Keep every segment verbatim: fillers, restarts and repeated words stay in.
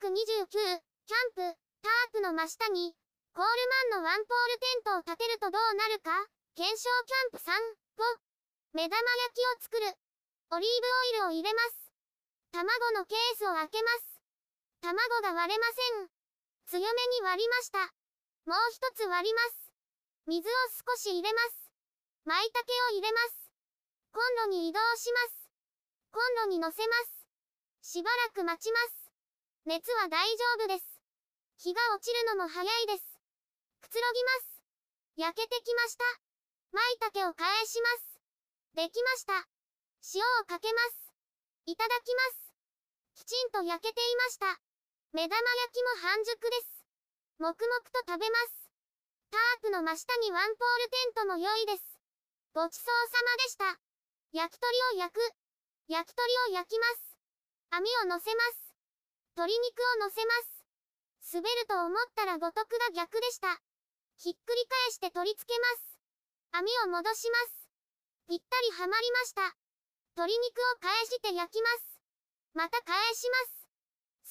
にじゅうきゅう、キャンプ、タープの真下に、コールマンのワンポールテントを立てるとどうなるか、検証キャンプさん、ご、目玉焼きを作る。オリーブオイルを入れます。卵のケースを開けます。卵が割れません。強めに割りました。もう一つ割ります。水を少し入れます。舞茸を入れます。コンロに移動します。コンロに乗せます。しばらく待ちます。熱は大丈夫です。火が落ちるのも早いです。くつろぎます。焼けてきました。舞茸を返します。できました。塩をかけます。いただきます。きちんと焼けていました。目玉焼きも半熟です。黙々と食べます。タープの真下にワンポールテントも良いです。ごちそうさまでした。焼き鳥を焼く。焼き鳥を焼きます。網を乗せます。鶏肉を乗せます。滑ると思ったら五徳が逆でした。ひっくり返して取り付けます。網を戻します。ぴったりはまりました。鶏肉を返して焼きます。また返します。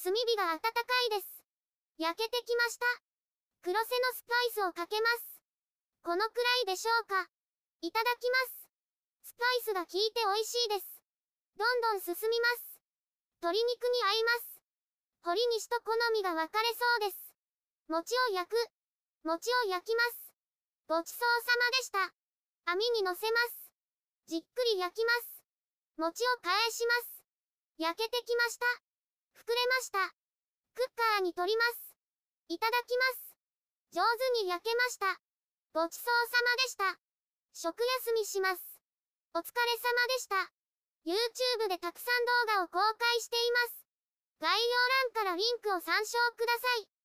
炭火が温かいです。焼けてきました。黒瀬のスパイスをかけます。このくらいでしょうか。いただきます。スパイスが効いて美味しいです。どんどん進みます。鶏肉に合います。堀西と好みが分かれそうです。餅を焼く。餅を焼きます。ごちそうさまでした。網に乗せます。じっくり焼きます。餅を返します。焼けてきました。膨れました。クッカーに取ります。いただきます。上手に焼けました。ごちそうさまでした。食休みします。お疲れ様でした。YouTube でたくさん動画を公開しています。概要欄からリンクを参照ください。